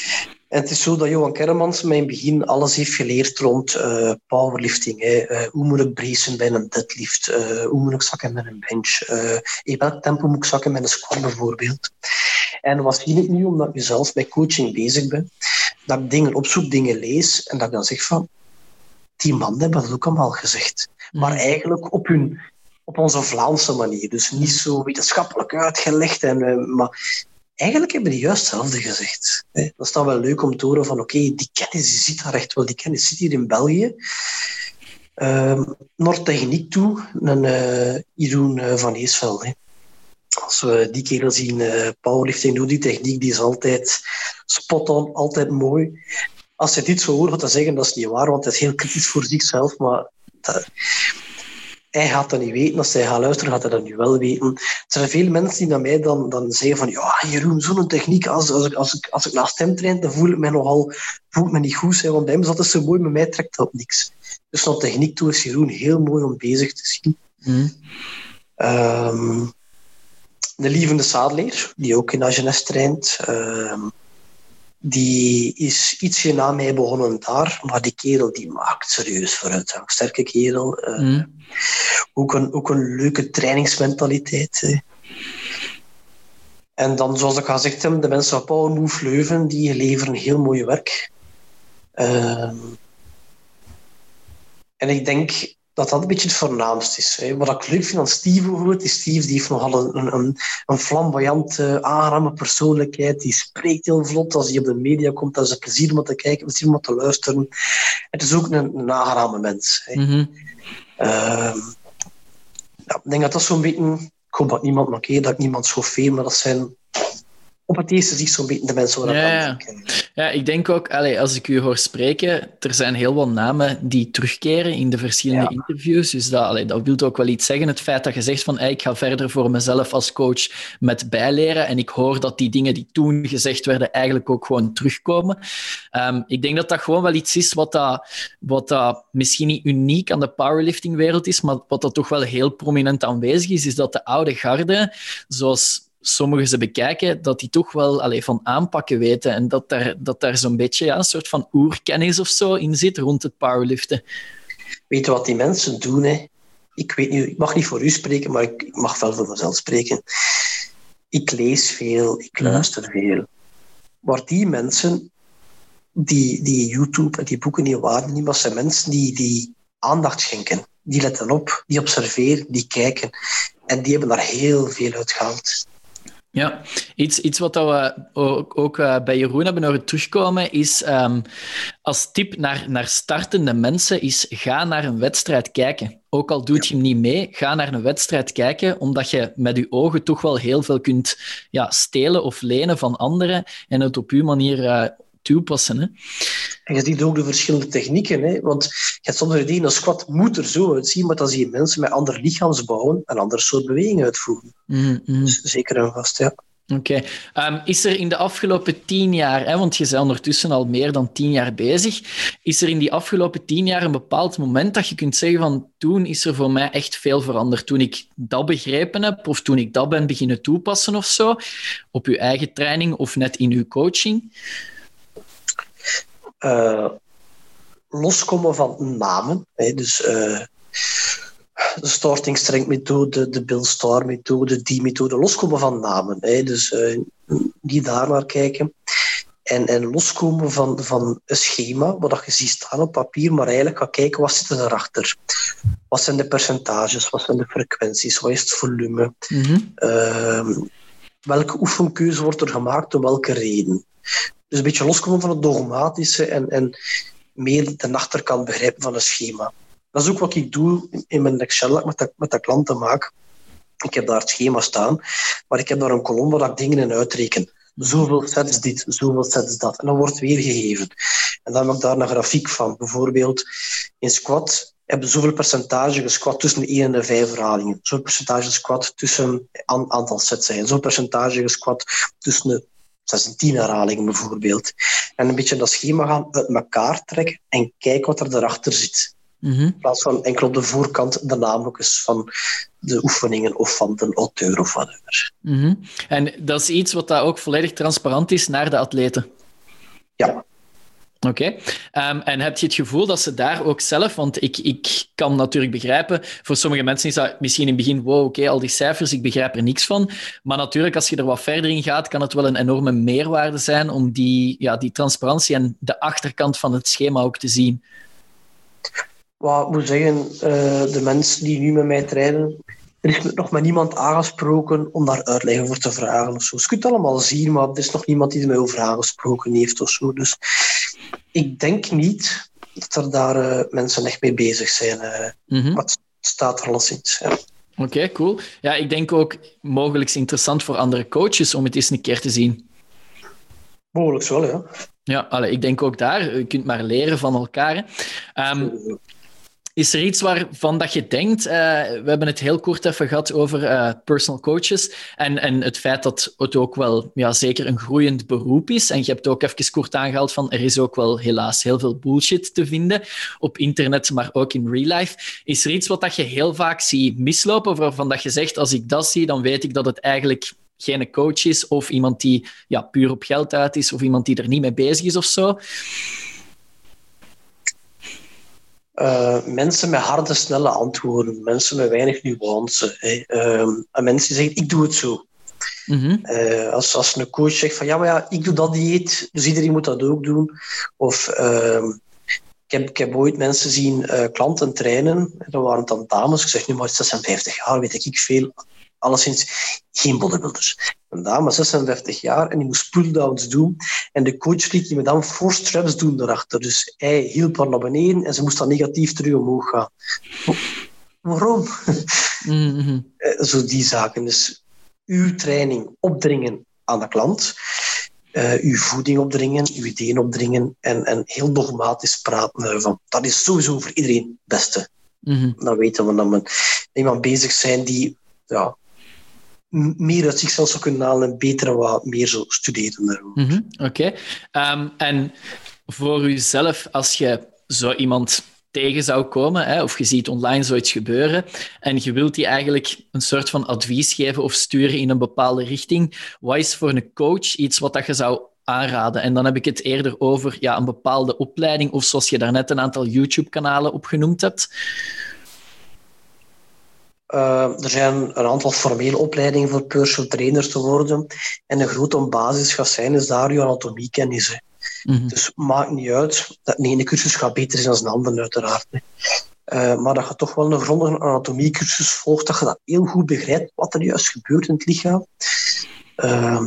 En het is zo dat Johan Kermans mij in het begin alles heeft geleerd rond uh, powerlifting. Hè. Uh, hoe moet ik bracen bij een deadlift? Uh, hoe moet ik zakken met een bench? Uh, in welk tempo moet ik zakken met een squat bijvoorbeeld? En wat zie ik nu, omdat ik zelf met coaching bezig ben, dat ik dingen opzoek, dingen lees en dat ik dan zeg van, die mannen hebben dat ook allemaal gezegd. Mm. Maar eigenlijk op hun, op onze Vlaamse manier. Dus niet zo wetenschappelijk uitgelegd. En, uh, maar eigenlijk hebben die juist hetzelfde gezegd. Hè. Dat is dan wel leuk om te horen van, oké, okay, die kennis die zit daar echt wel. Die kennis zit hier in België. Uh, naar techniek toe, een uh, Jeroen uh, van Eesveld. Hè. Als we die kerel zien, uh, powerlifting doen, die techniek, die is altijd spot-on, altijd mooi. Als je dit zo hoort, wat te zeggen, dat is niet waar, want hij is heel kritisch voor zichzelf, maar dat, hij gaat dat niet weten. Als hij gaat luisteren, gaat hij dat nu wel weten. Er zijn veel mensen die naar mij dan, dan zeggen van, ja, Jeroen, zo'n techniek, als, als, ik, als, ik, als ik naast hem train, dan voel ik mij nogal voel ik me niet goed, hè, want bij hem is dat zo mooi, met mij trekt dat op niks. Dus naar techniek toe is Jeroen heel mooi om bezig te zien. Mm. Um, de Lievende Sadeleer, die ook in Agenès traint, um, die is ietsje na mij begonnen daar, maar die kerel die maakt serieus vooruitgang. Sterke kerel. Uh, mm. ook, een, ook een leuke trainingsmentaliteit. Hè. En dan, zoals ik al gezegd heb, de mensen van Power Move Leuven, die leveren heel mooi werk. Uh, en ik denk dat dat een beetje het voornaamste is. Hè. Wat ik leuk vind aan Steve bijvoorbeeld, is Steve die heeft nogal een, een, een flamboyante, aangename persoonlijkheid. Die spreekt heel vlot. Als hij op de media komt, dat is een plezier om te kijken, plezier om te luisteren. Het is ook een, een aangename mens. Hè. Mm-hmm. Uh, ja, ik denk dat dat zo'n beetje... Ik hoop dat niemand markeert, dat ik niemand schoffeer, maar dat zijn... op het eerste zicht zo'n beetje de mensen waar ik ja, aan denk. Ja, ik denk ook, allez, als ik u hoor spreken, er zijn heel wat namen die terugkeren in de verschillende ja. interviews. Dus dat, allez, dat wil ook wel iets zeggen. Het feit dat je zegt van, hey, ik ga verder voor mezelf als coach met bijleren en ik hoor dat die dingen die toen gezegd werden eigenlijk ook gewoon terugkomen. Um, ik denk dat dat gewoon wel iets is wat, dat, wat dat misschien niet uniek aan de powerliftingwereld is, maar wat dat toch wel heel prominent aanwezig is, is dat de oude garde, zoals sommigen ze bekijken, dat die toch wel allez, van aanpakken weten en dat daar, dat daar zo'n beetje ja, een soort van oerkennis of zo in zit rond het powerliften. Weet je wat die mensen doen? Hè? Ik weet niet, ik mag niet voor u spreken, maar ik mag wel voor mezelf spreken. Ik lees veel, ik luister mm. veel. Maar die mensen, die, die YouTube en die boeken niet waarden niet, maar zijn mensen die, die aandacht schenken. Die letten op, die observeren, die kijken. En die hebben daar heel veel uit gehaald. Ja, iets, iets wat we ook, ook bij Jeroen hebben horen terugkomen is um, als tip naar, naar startende mensen is ga naar een wedstrijd kijken. Ook al doet ja. je hem niet mee, ga naar een wedstrijd kijken, omdat je met je ogen toch wel heel veel kunt ja, stelen of lenen van anderen en het op je manier uh, toepassen. Hè. En je ziet ook de verschillende technieken. Hè? Want je hebt soms een idee, een squat moet er zo uitzien, maar dan zie je mensen met ander lichaamsbouw een ander soort beweging uitvoeren. Mm-hmm. Dus zeker en vast, ja. Oké. Okay. Um, is er in de afgelopen tien jaar, hè, want je bent ondertussen al meer dan tien jaar bezig, is er in die afgelopen tien jaar een bepaald moment dat je kunt zeggen van toen is er voor mij echt veel veranderd. Toen ik dat begrepen heb of toen ik dat ben beginnen toepassen of zo, op uw eigen training of net in uw coaching? Uh, loskomen van namen. Hè, dus uh, de starting strength methode, de Bill Starr methode, die methode. Loskomen van namen. Hè, dus uh, die daar naar kijken. En, en loskomen van, van een schema, wat je ziet staan op papier, maar eigenlijk gaan kijken wat zit er erachter. Wat zijn de percentages, wat zijn de frequenties, wat is het volume? Mm-hmm. Uh, welke oefenkeuze wordt er gemaakt, om welke reden? Dus een beetje loskomen van het dogmatische en, en meer de achterkant begrijpen van een schema. Dat is ook wat ik doe in mijn Excel dat ik met de, met de klanten maak. Ik heb daar het schema staan, maar ik heb daar een kolom waar ik dingen in uitreken. Zoveel sets dit, zoveel sets dat. En dan wordt weergegeven. En dan heb ik daar een grafiek van. Bijvoorbeeld in squat hebben we zoveel percentage gesquat tussen één en de vijf herhalingen. Zoveel percentage squat tussen een aantal sets zijn. Zoveel percentage gesquat tussen de zes en tien herhalingen bijvoorbeeld. En een beetje dat schema gaan uit elkaar trekken en kijken wat er daarachter zit. Mm-hmm. In plaats van enkel op de voorkant de naamjes van de oefeningen of van de auteur of whatever. Mm-hmm. En dat is iets wat daar ook volledig transparant is naar de atleten? Ja. Oké. Okay. Um, en heb je het gevoel dat ze daar ook zelf... Want ik, ik kan natuurlijk begrijpen... Voor sommige mensen is dat misschien in het begin... Wow, oké, okay, al die cijfers, ik begrijp er niks van. Maar natuurlijk, als je er wat verder in gaat... kan het wel een enorme meerwaarde zijn... om die, ja, die transparantie en de achterkant van het schema ook te zien. Wat ik moet zeggen... Uh, de mensen die nu met mij trainen... Er is nog maar niemand aangesproken om daar uitleg voor te vragen. Of zo. Je kunt het allemaal zien, maar er is nog niemand die er mij over aangesproken heeft. Of zo. Dus ik denk niet dat er daar uh, mensen echt mee bezig zijn. Uh, mm-hmm. Maar het staat er alleszins. Ja. Oké, okay, cool. Ja, ik denk ook mogelijk interessant voor andere coaches om het eens een keer te zien. Mogelijk wel, ja. Ja, allez, ik denk ook daar. Je kunt maar leren van elkaar. Um, Is er iets waarvan dat je denkt... Uh, we hebben het heel kort even gehad over uh, personal coaches en, en het feit dat het ook wel ja, zeker een groeiend beroep is. En je hebt ook even kort aangehaald van er is ook wel helaas heel veel bullshit te vinden op internet, maar ook in real life. Is er iets wat dat je heel vaak ziet mislopen, waarvan dat je zegt, als ik dat zie, dan weet ik dat het eigenlijk geen coach is of iemand die ja, puur op geld uit is of iemand die er niet mee bezig is of zo? Uh, mensen met harde, snelle antwoorden. Mensen met weinig nuance. Hè. Uh, en mensen die zeggen, ik doe het zo. Mm-hmm. Uh, als, als een coach zegt van, ja, maar ja, ik doe dat dieet, dus iedereen moet dat ook doen. Of uh, ik, heb, ik heb ooit mensen zien, uh, klanten trainen. Dat waren dan dames. Ik zeg nu maar zesenvijftig jaar, weet ik veel. Alleszins geen bodybuilders. Een dame, zesenvijftig jaar, en die moest pull-downs doen. En de coach liet die me dan four straps doen daarachter. Dus hij hielp haar naar beneden en ze moest dan negatief terug omhoog gaan. Waarom? Mm-hmm. Zo die zaken. Dus uw training opdringen aan de klant. Uh, uw voeding opdringen, uw ideeën opdringen. En, en heel dogmatisch praten van, dat is sowieso voor iedereen het beste. Mm-hmm. Dan weten we dat we iemand bezig zijn die... Ja, meer uit zichzelf zou kunnen halen en beter en wat meer zou studeren. Mm-hmm, Oké. Okay. Um, en voor uzelf, als je zo iemand tegen zou komen, hè, of je ziet online zoiets gebeuren, en je wilt die eigenlijk een soort van advies geven of sturen in een bepaalde richting, wat is voor een coach iets wat dat je zou aanraden? En dan heb ik het eerder over ja, een bepaalde opleiding, of zoals je daarnet een aantal YouTube-kanalen opgenoemd hebt. Uh, er zijn een aantal formele opleidingen voor personal trainers te worden. En een grote basis gaat zijn, is daar je anatomiekennis. Mm-hmm. Dus maakt niet uit. Dat de ene cursus gaat beter zijn dan de andere, uiteraard. Uh, maar dat je toch wel een grondige anatomiecursus volgt, dat je dat heel goed begrijpt wat er juist gebeurt in het lichaam. Uh,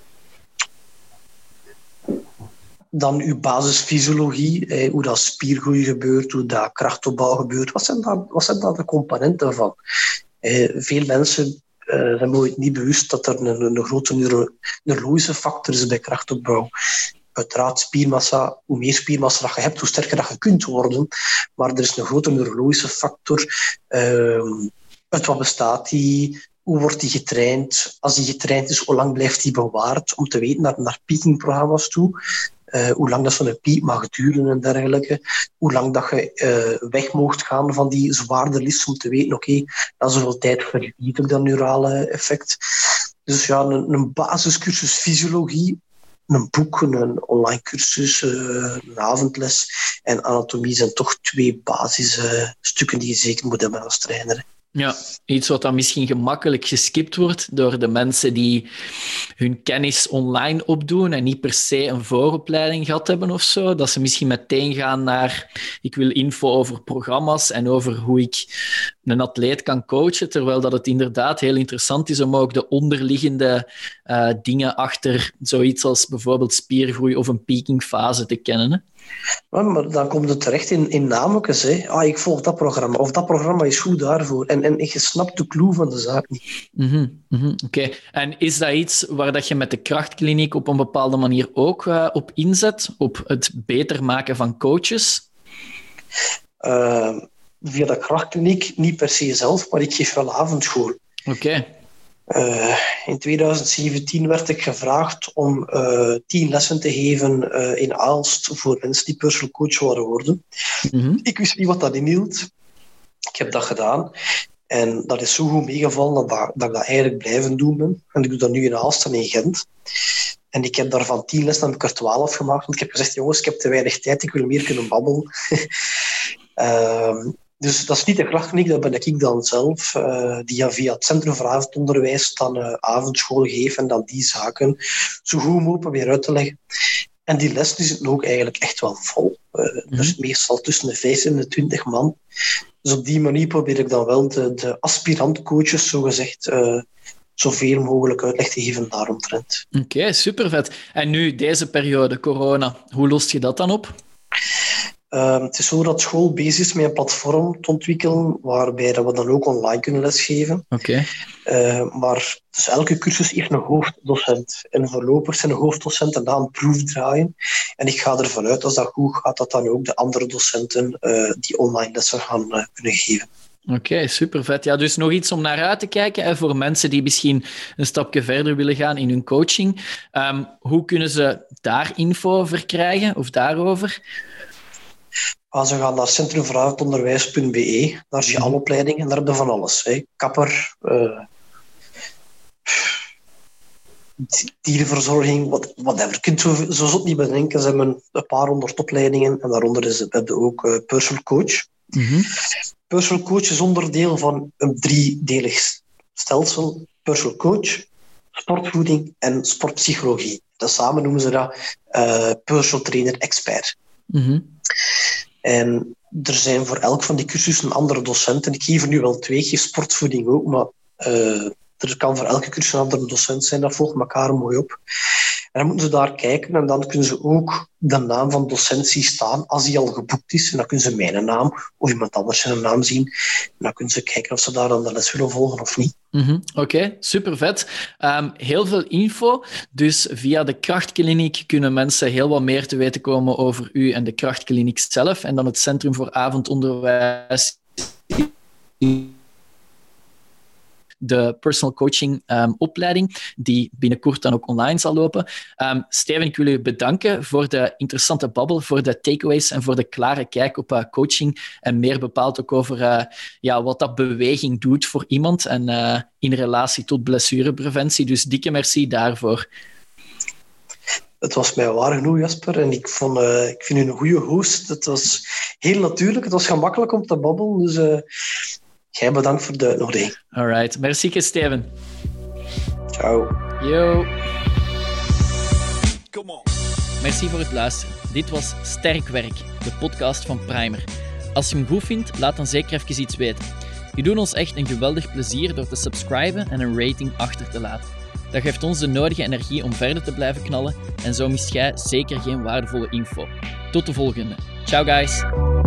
Dan uw basisfysiologie, eh, hoe dat spiergroei gebeurt, hoe dat krachtopbouw gebeurt. Wat zijn daar, wat zijn daar de componenten van? Eh, veel mensen uh, zijn nooit niet bewust dat er een, een grote neuro, neurologische factor is bij krachtopbouw. Uiteraard spiermassa, hoe meer spiermassa dat je hebt, hoe sterker dat je kunt worden. Maar er is een grote neurologische factor. Uh, uit wat bestaat die? Hoe wordt die getraind? Als die getraind is, hoe lang blijft die bewaard? Om te weten naar, naar peakingprogramma's toe. Uh, hoe lang dat zo'n piek mag duren en dergelijke. Hoe lang dat je uh, weg moogt gaan van die zwaarder list om te weten, oké, okay, na zoveel tijd verliet ook dat neurale effect. Dus ja, een, een basiscursus fysiologie, een boek, een online cursus, uh, een avondles en anatomie zijn toch twee basisstukken die je zeker moet hebben als trainer. Ja, iets wat dan misschien gemakkelijk geskipt wordt door de mensen die hun kennis online opdoen en niet per se een vooropleiding gehad hebben of zo. Dat ze misschien meteen gaan naar, ik wil info over programma's en over hoe ik een atleet kan coachen, terwijl dat het inderdaad heel interessant is om ook de onderliggende uh, dingen achter zoiets als bijvoorbeeld spiergroei of een peakingfase te kennen. Hè? Ja, maar dan komt het terecht in, in namekes. Hè. Ah, ik volg dat programma. Of dat programma is goed daarvoor. En, en je snapt de clue van de zaak niet. Mm-hmm, mm-hmm, Oké. Okay. En is dat iets waar dat je met de krachtkliniek op een bepaalde manier ook uh, op inzet? Op het beter maken van coaches? Uh, via de krachtkliniek niet per se zelf, maar ik geef wel avondschool. Oké. Okay. Uh, in twintig zeventien werd ik gevraagd om uh, tien lessen te geven uh, in Aalst voor mensen die personal coach wilden worden. Mm-hmm. Ik wist niet wat dat inhield. Ik heb dat gedaan. En dat is zo goed meegevallen dat, dat, dat ik dat eigenlijk blijven doen ben. En ik doe dat nu in Aalst en in Gent. En ik heb daarvan tien lessen, heb ik er twaalf gemaakt. Want ik heb gezegd, jongens, ik heb te weinig tijd, ik wil meer kunnen babbelen. um, dus dat is niet de krachtkliniek, dat ben ik dan zelf, uh, die via het Centrum voor Avondonderwijs dan uh, avondschool geeft en dan die zaken zo goed mogelijk proberen uit te leggen. En die lessen die zitten ook eigenlijk echt wel vol. Uh, mm-hmm. Er zit meestal tussen de vijftien en de twintig man. Dus op die manier probeer ik dan wel de, de aspirantcoaches, zogezegd, uh, zoveel mogelijk uitleg te geven daaromtrent. Oké, okay, super vet. En nu, deze periode, corona, hoe lost je dat dan op? Uh, het is zo dat school bezig is met een platform te ontwikkelen, waarbij we dan ook online kunnen lesgeven. Oké. Okay. Uh, maar dus elke cursus heeft een hoofddocent. En voorlopig zijn de hoofddocenten dan een proef draaien. En ik ga ervan uit, als dat goed gaat, dat dan ook de andere docenten uh, die online lessen gaan uh, kunnen geven. Oké, okay, super vet. Ja, dus nog iets om naar uit te kijken hè, voor mensen die misschien een stapje verder willen gaan in hun coaching. Um, hoe kunnen ze daar info verkrijgen of daarover? Als we gaan naar centrum voor avondonderwijs punt b e, daar zie je alle opleidingen en daar heb je van alles. Hè. Kapper, uh, dierenverzorging, what, whatever. Je kunt zo, zo zot niet bedenken. Ze hebben een paar honderd opleidingen en daaronder is, heb je ook uh, personal coach. Mm-hmm. Personal coach is onderdeel van een driedelig stelsel. Personal coach, sportvoeding en sportpsychologie. Dat samen noemen ze dat uh, personal trainer expert. Mm-hmm. En er zijn voor elk van die cursussen een andere docent. En ik geef er nu wel twee, ik geef sportvoeding ook, maar uh, er kan voor elke cursus een andere docent zijn. Dat volgt elkaar mooi op. En dan moeten ze daar kijken en dan kunnen ze ook de naam van docent zien staan als die al geboekt is. En dan kunnen ze mijn naam of iemand anders zijn naam zien. En dan kunnen ze kijken of ze daar dan de les willen volgen of niet. Mm-hmm. Oké, okay, super vet. Um, heel veel info. Dus via de Krachtkliniek kunnen mensen heel wat meer te weten komen over u en de Krachtkliniek zelf. En dan het Centrum voor Avondonderwijs. De personal coaching um, opleiding, die binnenkort dan ook online zal lopen. Um, Steven, ik wil u bedanken voor de interessante babbel, voor de takeaways en voor de klare kijk op uh, coaching en meer bepaald ook over uh, ja, wat dat beweging doet voor iemand en uh, in relatie tot blessurepreventie. Dus dikke merci daarvoor. Het was mij waar genoeg, Jasper. En ik, vond, uh, ik vind u een goede host. Het was heel natuurlijk. Het was gemakkelijk om te babbelen. Dus uh, jij bedankt voor de uitnodiging. Alright. Merci, Steven. Ciao. Yo. Merci voor het luisteren. Dit was Sterk Werk, de podcast van Primer. Als je hem goed vindt, laat dan zeker even iets weten. Je doet ons echt een geweldig plezier door te subscriben en een rating achter te laten. Dat geeft ons de nodige energie om verder te blijven knallen en zo mist jij zeker geen waardevolle info. Tot de volgende. Ciao guys!